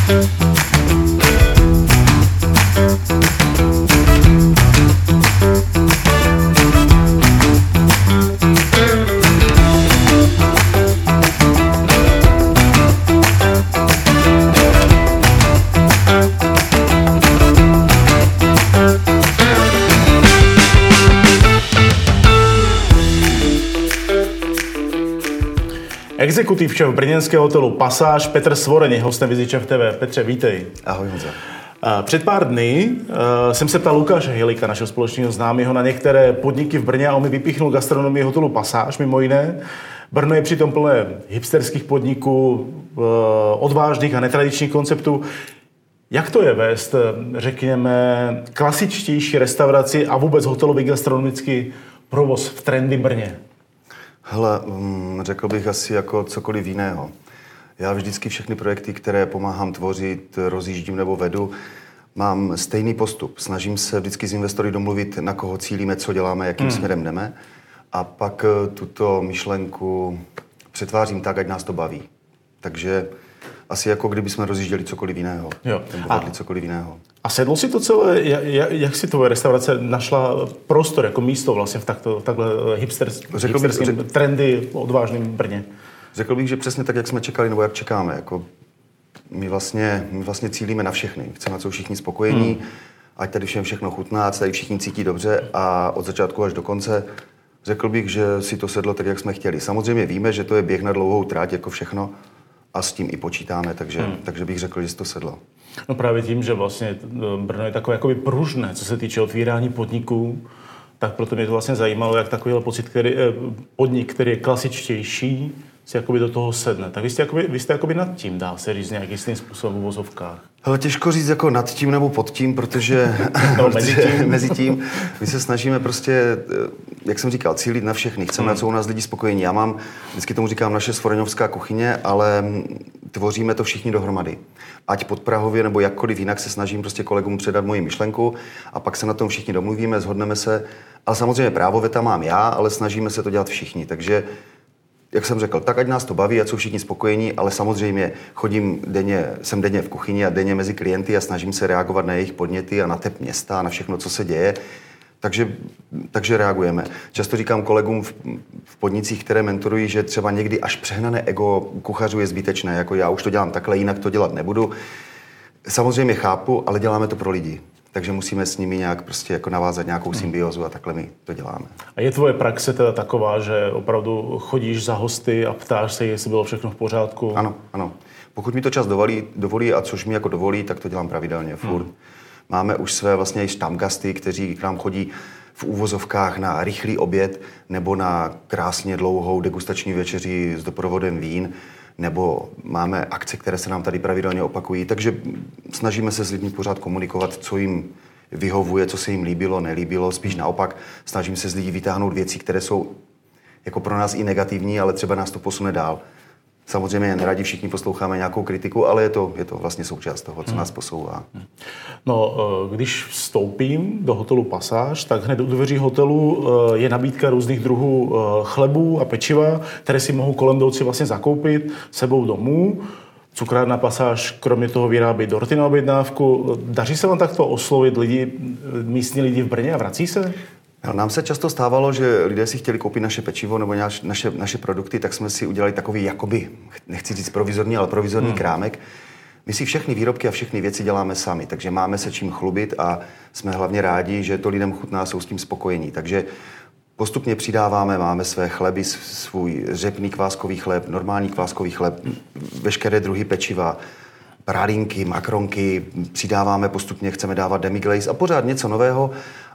Exekutiv šéf brněnského hotelu Pasáž Petr Svoreň je hostem Vizičev TV. Petře, vítej. Ahoj, Honzo. Před pár dny jsem se ptal Lukáše Hilika, našeho společného známého, na některé podniky v Brně a on mi vypíchnul gastronomii hotelu Pasáž, mimo jiné. Brno je přitom plné hipsterských podniků, odvážných a netradičních konceptů. Jak to je vést, řekněme, klasičtější restauraci a vůbec hotelový gastronomický provoz v trendy Brně? Hele, řekl bych asi jako cokoliv jiného. Já vždycky všechny projekty, které pomáhám tvořit, rozjíždím nebo vedu, mám stejný postup. Snažím se vždycky s investory domluvit, na koho cílíme, co děláme, jakým směrem jdeme. A pak tuto myšlenku přetvářím tak, ať nás to baví. Takže asi jako kdybychom rozjížděli cokoliv jiného. Jo. Nebo vedli cokoliv jiného. A sedlo si to celé, jak si tvoje restaurace našla prostor jako místo vlastně v takhle hipsterském trendy odvážným Brně? Řekl bych, že přesně tak, jak jsme čekali, nebo jak čekáme. Jako my vlastně cílíme na všechny. Chceme, ať jsou všichni spokojení, ať tady všem všechno chutná, ať tady všichni cítí dobře a od začátku až do konce řekl bych, že si to sedlo tak, jak jsme chtěli. Samozřejmě víme, že to je běh na dlouhou tráť, jako všechno, a s tím i počítáme, takže bych řekl, že si to sedlo. No právě tím, že vlastně Brno je takové jakoby pružné, co se týče otvírání podniků, tak proto mě to vlastně zajímalo, jak takovýhle podnik, který je klasičtější, si jakoby do toho sedne. Tak vy jste jakoby nad tím, dá se říct nějakým stejným způsobem v uvozovkách. Ale těžko říct jako nad tím nebo pod tím, protože, mezi tím my se snažíme prostě, jak jsem říkal, cílit na všechny. Chceme, ať jsou u nás lidi spokojení. Vždycky tomu říkám naše svoreňovská kuchyně, ale tvoříme to všichni dohromady. Ať podprahově nebo jakkoliv jinak se snažím prostě kolegům předat moji myšlenku a pak se na tom všichni domluvíme, shodneme se. Ale samozřejmě právo veta mám já, ale snažíme se to dělat všichni. Takže jak jsem řekl, tak ať nás to baví, ať jsou všichni spokojení, ale samozřejmě jsem denně v kuchyni a denně mezi klienty a snažím se reagovat na jejich podněty a na tep města a na všechno, co se děje. Takže reagujeme. Často říkám kolegům v podnicích, které mentorují, že třeba někdy až přehnané ego kuchařů je zbytečné, jako já už to dělám takhle, jinak to dělat nebudu. Samozřejmě chápu, ale děláme to pro lidi. Takže musíme s nimi nějak prostě jako navázat nějakou symbiózu a takhle my to děláme. A je tvoje praxe teda taková, že opravdu chodíš za hosty a ptáš se, jestli bylo všechno v pořádku? Ano. Pokud mi to čas dovolí a což mi jako dovolí, tak to dělám pravidelně, furt. Máme už své vlastně i štamgasty, kteří k nám chodí v úvozovkách na rychlý oběd nebo na krásně dlouhou degustační večeři s doprovodem vín, nebo máme akce, které se nám tady pravidelně opakují, takže snažíme se s lidmi pořád komunikovat, co jim vyhovuje, co se jim líbilo, nelíbilo, spíš naopak snažím se z lidí vytáhnout věci, které jsou jako pro nás i negativní, ale třeba nás to posune dál. Samozřejmě neradi všichni posloucháme nějakou kritiku, ale je to vlastně součást toho, co nás posouvá. No, když vstoupím do hotelu Pasáž, tak hned u dveří hotelu je nabídka různých druhů chlebů a pečiva, které si mohou kolem jdoucí vlastně zakoupit sebou domů. Cukrárna Pasáž kromě toho vyrábí dorty na objednávku. Daří se vám takto oslovit místní lidi v Brně a vrací se? Nám se často stávalo, že lidé si chtěli koupit naše pečivo nebo naše produkty, tak jsme si udělali takový jakoby, nechci říct provizorní, ale provizorní krámek. My si všechny výrobky a všechny věci děláme sami, takže máme se čím chlubit a jsme hlavně rádi, že to lidem chutná, jsou s tím spokojení. Takže postupně přidáváme, máme své chleby, svůj řepný kváskový chléb, normální kváskový chléb, veškeré druhy pečiva, pralinky, makronky, přidáváme postupně, chceme dávat demi-glaze a pořád něco nového.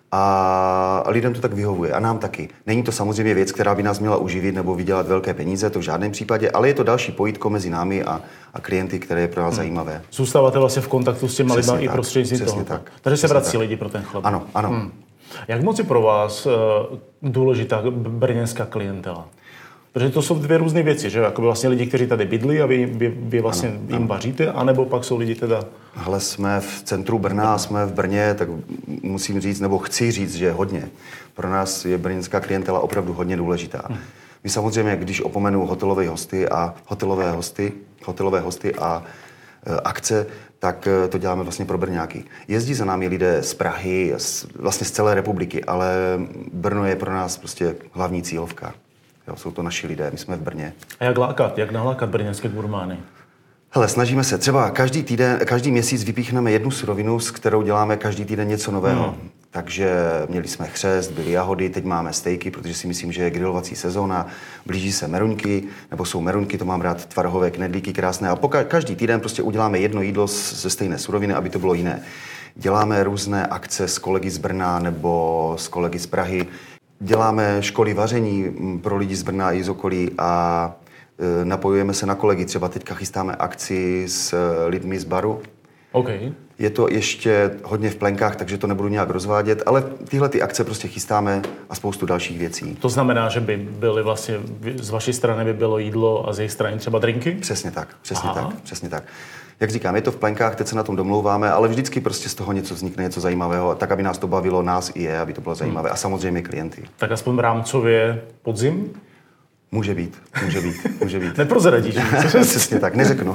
A lidem to tak vyhovuje. A nám taky. Není to samozřejmě věc, která by nás měla uživit nebo vydělat velké peníze, to v žádném případě, ale je to další pojítko mezi námi a klienty, které je pro nás zajímavé. Zůstáváte vlastně v kontaktu s těma lidmi i prostřednictvím toho. Tak. Takže se vrací lidi pro ten chleb. Ano. Jak moc je pro vás důležitá brněnská klientela? Protože to jsou dvě různé věci, že? Jako vlastně lidi, kteří tady bydlí a vy vlastně jim vaříte, anebo pak jsou lidi teda... Hele, jsme v centru Brna, jsme v Brně, tak musím říct, nebo chci říct, že hodně. Pro nás je brněnská klientela opravdu hodně důležitá. My samozřejmě, když opomenu hotelové hosty a akce, tak to děláme vlastně pro Brňáky. Jezdí za námi lidé z Prahy, vlastně z celé republiky, ale Brno je pro nás prostě hlavní cílovka. Jo, jsou to naši lidé, my jsme v Brně. A jak nalákat brněnské gurmány? Hele, snažíme se. Třeba každý měsíc vypíchneme jednu surovinu, s kterou děláme každý týden něco nového. Takže měli jsme chřest, byly jahody, teď máme stejky, protože si myslím, že je grilovací sezóna, blíží se meruňky, nebo jsou meruňky, to mám rád, tvarohové knedlíky krásné. A každý týden prostě uděláme jedno jídlo ze stejné suroviny, aby to bylo jiné. Děláme různé akce s kolegy z Brna nebo s kolegy z Prahy. Děláme školy vaření pro lidi z Brna i z okolí a napojujeme se na kolegy. Třeba teďka chystáme akci s lidmi z baru. Okay. Je to ještě hodně v plenkách, takže to nebudu nějak rozvádět, ale tyhle ty akce prostě chystáme a spoustu dalších věcí. To znamená, že by byly vlastně, z vaší strany by bylo jídlo a z jejich strany třeba drinky? Přesně tak. Jak říkám, je to v plenkách, teď se na tom domlouváme, ale vždycky prostě z toho něco vznikne, něco zajímavého, tak aby nás to bavilo, nás i aby to bylo zajímavé a samozřejmě klienty. Tak aspoň rámcově podzim? Může být. Neprozradíš. Přesně tak, neřeknu.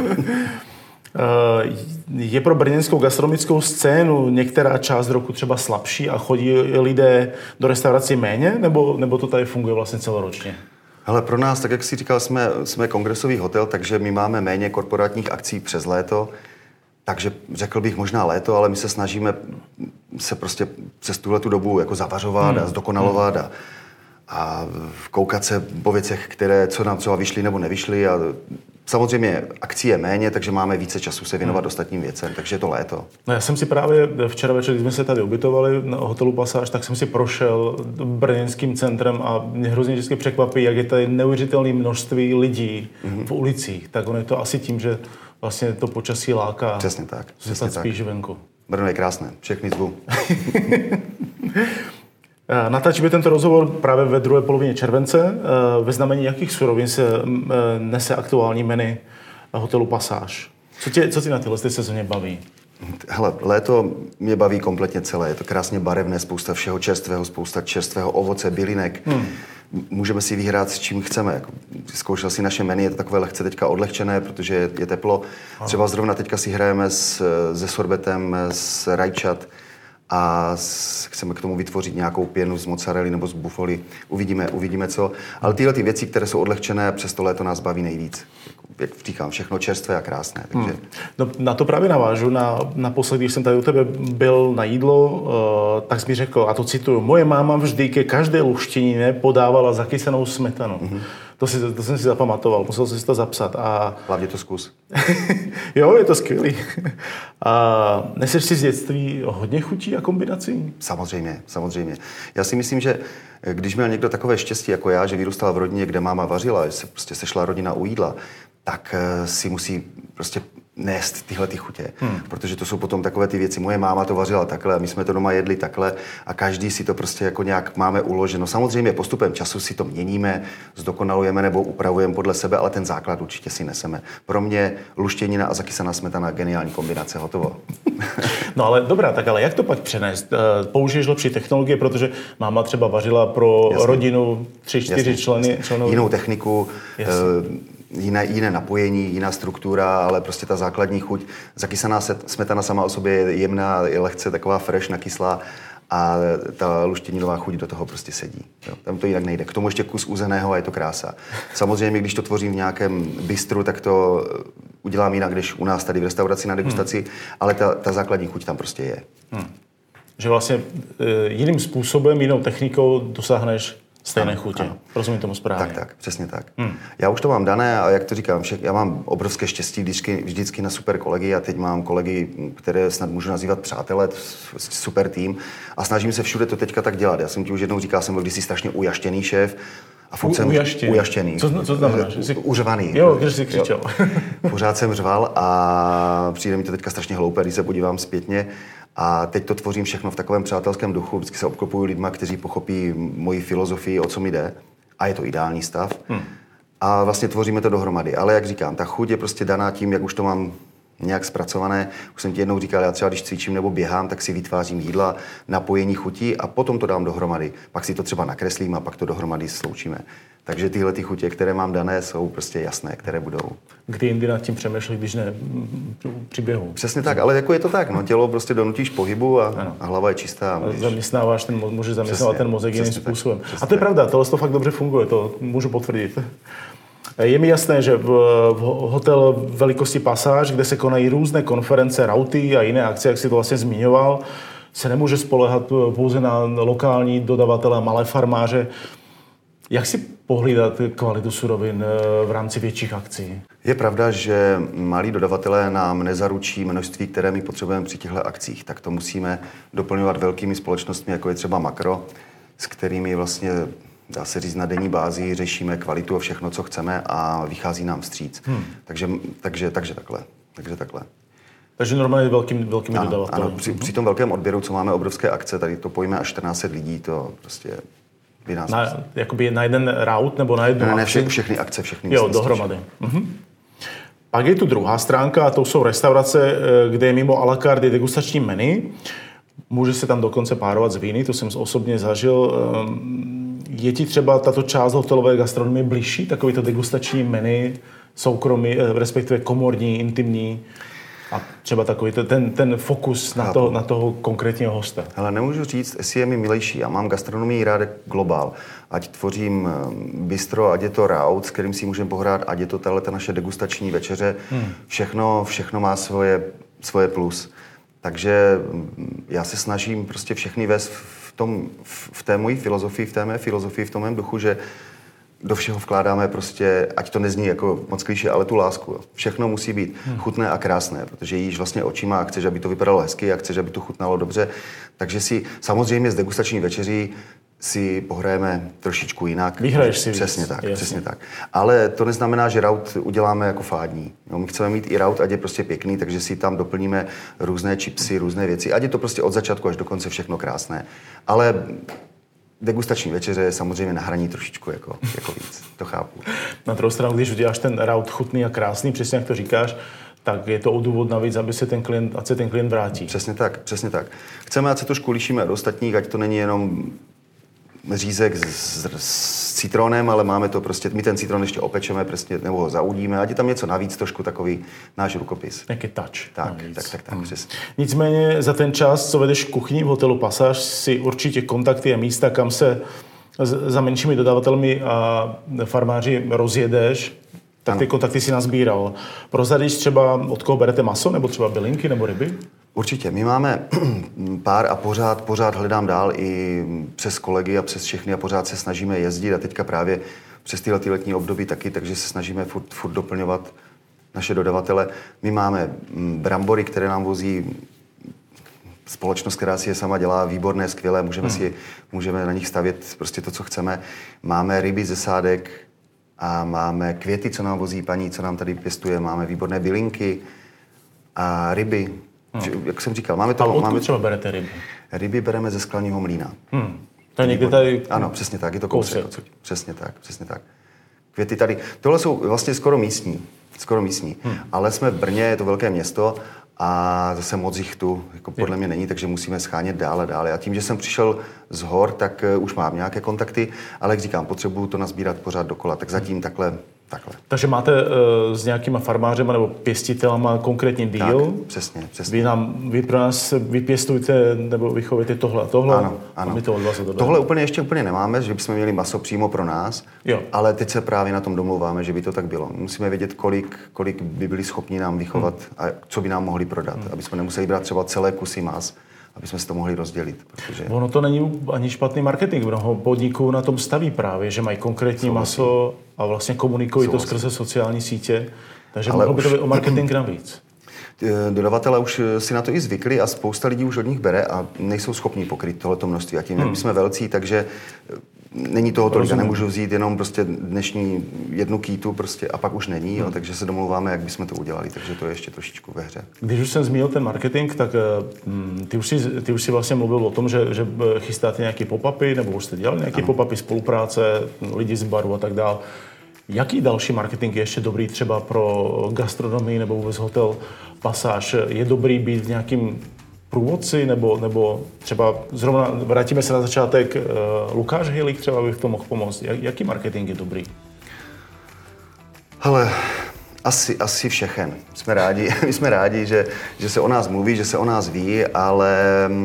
Je pro brněnskou gastronomickou scénu některá část roku třeba slabší a chodí lidé do restaurací méně, nebo to tady funguje vlastně celoročně? Hele, pro nás, tak jak jsi říkal, jsme kongresový hotel, takže my máme méně korporátních akcí přes léto, takže řekl bych možná léto, ale my se snažíme se prostě přes tuhletu dobu jako zavařovat a zdokonalovat a koukat se po věcech, co nám třeba vyšly nebo nevyšly. A samozřejmě akcí je méně, takže máme více času se věnovat ostatním věcem, takže je to léto. No já jsem si právě včera večer, když jsme se tady ubytovali na hotelu Pasáž, tak jsem si prošel brněnským centrem a mě hrozně vždycky překvapí, jak je tady neuvěřitelné množství lidí v ulicích. Tak ono je to asi tím, že vlastně to počasí láká. Přesně tak. Spíš venku. Brno je krásné, všechny zvu. Natáčíme tento rozhovor právě ve druhé polovině července. Ve znamení jakých surovin se nese aktuální menu hotelu Pasáž? Co tě na téhle sezóně baví? Hele, léto mě baví kompletně celé. Je to krásně barevné, spousta všeho čerstvého, spousta čerstvého ovoce, bylinek. Můžeme si vyhrát s čím chceme. Zkoušel si naše menu, je to takové lehce teďka odlehčené, protože je teplo. Třeba zrovna teďka si hrajeme se sorbetem z rajčat a chceme k tomu vytvořit nějakou pěnu z mozzarelly nebo z bufoli. Uvidíme co. Ale tyhle ty věci, které jsou odlehčené, přes to léto nás baví nejvíc. Jak říkám, všechno čerstvé a krásné. Takže... No, na to právě navážu. Naposledy, když jsem tady u tebe byl na jídlo, tak jsi mi řekl, a to cituju, moje máma vždy ke každé luštěnině podávala zakysanou smetanu. To jsem si zapamatoval, musel jsem si to zapsat. Hlavně to zkus. Jo, je to skvělý. A neseš si z dětství hodně chutí a kombinací? Samozřejmě. Já si myslím, že když měl někdo takové štěstí jako já, že vyrůstal v rodině, kde máma vařila, že se prostě sešla rodina u jídla, tak si musí prostě nést tyhle ty chutě. Protože to jsou potom takové ty věci. Moje máma to vařila takhle, my jsme to doma jedli takhle a každý si to prostě jako nějak máme uloženo. Samozřejmě postupem času si to měníme, zdokonalujeme nebo upravujeme podle sebe, ale ten základ určitě si neseme. Pro mě luštěnina a zakysaná smetana, geniální kombinace, hotovo. No ale dobrá, tak ale jak to pak přenést? Použiješ lepší technologie, protože máma třeba vařila pro rodinu 3-4 členů. Jinou techniku, jiné napojení, jiná struktura, ale prostě ta základní chuť. Zakysaná smetana sama o sobě je jemná, je lehce taková fresh, nakyslá a ta luštěninová chuť do toho prostě sedí. Jo, tam to jinak nejde. K tomu ještě kus uzeného a je to krása. Samozřejmě, když to tvořím v nějakém bistru, tak to udělám jinak, než u nás tady v restauraci na degustaci, ale ta základní chuť tam prostě je. Že vlastně jiným způsobem, jinou technikou dosáhneš stejné chutě. Ano. Rozumím tomu správně. Tak, přesně tak. Já už to mám dané a jak to říkám, já mám obrovské štěstí vždycky na super kolegy a teď mám kolegy, které snad můžu nazývat přátelé, super tým a snažím se všude to teďka tak dělat. Já jsem ti už jednou říkal, jsem byl kdysi strašně ujaštěný šéf a furt jsem ujaštěný. Co znamená? Uřvaný. Jo, když jsi křičel. Pořád jsem řval a přijde mi to teďka strašně hloupé, když se podívám zpětně. A teď to tvořím všechno v takovém přátelském duchu. Vždycky se obklopuju lidma, kteří pochopí moji filozofii, o co mi jde. A je to ideální stav. A vlastně tvoříme to dohromady. Ale jak říkám, ta chuť je prostě daná tím, jak už to mám nějak zpracované. Už jsem ti jednou říkal, já třeba když cvičím nebo běhám, tak si vytvářím jídla, napojení chutí a potom to dám dohromady. Pak si to třeba nakreslím a pak to dohromady sloučíme. Takže tyhle ty chutě, které mám dané, jsou prostě jasné, které budou. Kdy jindy nad tím přemýšlíš, když ne při běhu? Přesně tak, ale jako je to tak, no, tělo prostě donutíš pohybu a hlava je čistá. Zaměstnáváš můžeš zaměstnávat ten mozek jiným způsobem. A to je pravda, tohle to fakt dobře funguje, to můžu potvrdit. Je mi jasné, že v hotel velikosti Pasáž, kde se konají různé konference, rauty a jiné akce, jak si to vlastně zmiňoval, se nemůže spoléhat pouze na lokální dodavatele, malé farmáře. Jak si pohlídat kvalitu surovin v rámci větších akcí? Je pravda, že malí dodavatelé nám nezaručí množství, které my potřebujeme při těchto akcích. Tak to musíme doplňovat velkými společnostmi, jako je třeba Makro, s kterými vlastně, dá se říct, na denní bázi řešíme kvalitu a všechno, co chceme a vychází nám vstříc. Takže takhle. Takže normálně velkými dodavateli. Ano, při tom velkém odběru, co máme obrovské akce, tady to pojme až 1400 lidí, to prostě by nás... Jakoby na jeden rout nebo na jednu akci? Ne, všechny akce, všechny místnosti. Jo, dohromady. Pak je tu druhá stránka a to jsou restaurace, kde je mimo à la carte degustační menu. Může se tam dokonce párovat z víny, to jsem osobně zažil. Je ti třeba tato část hotelové gastronomie bližší, takovýto degustační menu, soukromý, respektive komorní, intimní? A třeba takový ten fokus na toho konkrétního hosta. Hele, nemůžu říct, jestli je mi milejší. Já mám gastronomii rád globál. Ať tvořím bistro, ať je to raut, s kterým si můžeme pohrát, ať je to tato naše degustační večeře. Všechno má svoje plus. Takže já se snažím prostě všechny vést v té mojí filozofii, v tom mém duchu, že do všeho vkládáme prostě, ať to nezní jako moc klišé, ale tu lásku. Všechno musí být chutné a krásné, protože jíš vlastně očima a chceš, aby to vypadalo hezky a chceš, aby to chutnalo dobře. Takže si samozřejmě s degustační večeří si pohrajeme trošičku jinak. Vyhraješ si přesně tak, přesně tak. Ale to neznamená, že raut uděláme jako fádní. No, my chceme mít i raut, ať je prostě pěkný, takže si tam doplníme různé chipsy, různé věci. Ať je to prostě od začátku až do konce všechno krásné. Ale degustační večeře je samozřejmě na hraní trošičku jako víc, to chápu. Na druhou stranu, když uděláš ten raut chutný a krásný, přesně jak to říkáš, tak je to o důvod navíc, ať se ten klient vrátí. Přesně tak. Chceme, ať se trošku lišíme od ostatních, ať to není jenom řízek s citronem, ale máme to prostě, my ten citron ještě opečeme, prostě, nebo ho zaudíme, ať je tam něco navíc, trošku takový náš rukopis. Jaký touch. Tak, přesně. Nicméně za ten čas, co vedeš kuchyni v hotelu Pasáž, si určitě kontakty a místa, kam se za menšími dodavatelmi a farmáři rozjedeš, tak ty kontakty si nazbíral. Prozradíš třeba, od koho berete maso, nebo třeba bylinky, nebo ryby? Určitě. My máme pár a pořád hledám dál i přes kolegy a přes všechny a pořád se snažíme jezdit a teďka právě přes tyhle letní období taky, takže se snažíme furt doplňovat naše dodavatele. My máme brambory, které nám vozí společnost, která si je sama dělá výborné, skvělé, můžeme na nich stavět prostě to, co chceme. Máme ryby ze sádek a máme květy, co nám vozí paní, co nám tady pěstuje, máme výborné bylinky a ryby. Jak jsem říkal, máme to... A odkud třeba berete ryby? Ryby bereme ze Skalního mlýna. To je někde tady... Ano, přesně tak, je to kousek. Přesně tak. Květy tady, tohle jsou vlastně skoro místní. Ale jsme v Brně, je to velké město a zase moc jich tu jako podle mě není, takže musíme schánět dále. A tím, že jsem přišel z hor, tak už mám nějaké kontakty, ale jak říkám, potřebuju to nazbírat pořád dokola, tak zatím takhle. Takže máte s nějakýma farmářema nebo pěstitelama konkrétní deal? Tak, přesně. Vy pro nás vypěstujete nebo vychovujete tohle a tohle? Ano. A my to od vás dodáme. Tohle ještě úplně nemáme, že bychom měli maso přímo pro nás, ale teď se právě na tom domlouváme, že by to tak bylo. Musíme vědět, kolik by byli schopni nám vychovat a co by nám mohli prodat, aby jsme nemuseli brát třeba celé kusy mas, aby jsme si to mohli rozdělit. Protože... Ono to není ani špatný marketing. Mnoho podniků na tom staví právě, že mají konkrétní maso a vlastně komunikují to skrze sociální sítě. Takže mohlo by to být o marketing navíc. Dodavatelé už si na to i zvykli a spousta lidí už od nich bere a nejsou schopni pokryt tohleto množství. A tím, jak my jsme velcí, takže není toho tolik. Nemůžu vzít jenom prostě dnešní jednu kýtu prostě a pak už není, takže se domlouváme, jak bychom to udělali, takže to je ještě trošičku ve hře. Když už jsem zmínil ten marketing, tak ty už si vlastně mluvil o tom, že chystáte nějaké pop-upy, nebo už jste dělali nějaké pop-upy, spolupráce, lidi z baru a tak dále. Jaký další marketing je ještě dobrý třeba pro gastronomii nebo vůbec hotel Pasáž? Je dobrý být v nějakým průvodci nebo třeba zrovna vrátíme se na začátek, Lukáš Hejlík třeba by v tom mohl pomoct. Jaký marketing je dobrý? Hele, asi všechen. My jsme rádi, že se o nás mluví, že se o nás ví, ale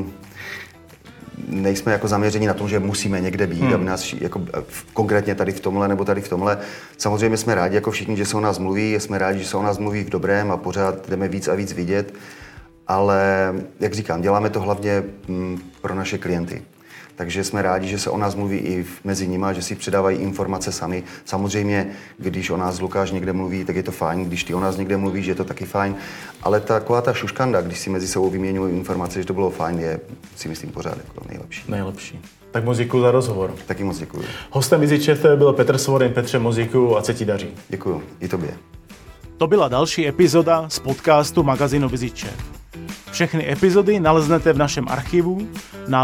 nejsme jako zaměření na tom, že musíme někde být, aby nás jako konkrétně tady v tomhle nebo tady v tomhle. Samozřejmě jsme rádi jako všichni, že se o nás mluví, jsme rádi, že se o nás mluví v dobrém a pořád jdeme víc a víc vidět, ale jak říkám, děláme to hlavně pro naše klienty. Takže jsme rádi, že se o nás mluví i mezi nimi, že si předávají informace sami. Samozřejmě, když o nás Lukáš někde mluví, tak je to fajn, když ty o nás někde mluvíš, je to taky fajn. Ale taková ta šuškanda, když si mezi sebou vyměňují informace, že to bylo fajn, je, si myslím, pořád jako nejlepší. Tak moc děkuji za rozhovor. Taky moc děkuji. Hostem VizitChef byl Petr Svoboda. Petře, moc děkuji a se ti daří. Děkuji, i tobě. To byla další epizoda z podcastu magazínu VizitChef. Všechny epizody naleznete v našem archivu na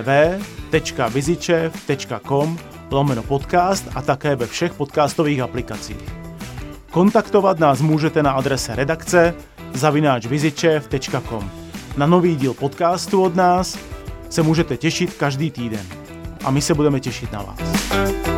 www.vizitchef.com/podcast a také ve všech podcastových aplikacích. Kontaktovat nás můžete na adrese redakce @vizitchef.com. Na nový díl podcastu od nás se můžete těšit každý týden. A my se budeme těšit na vás.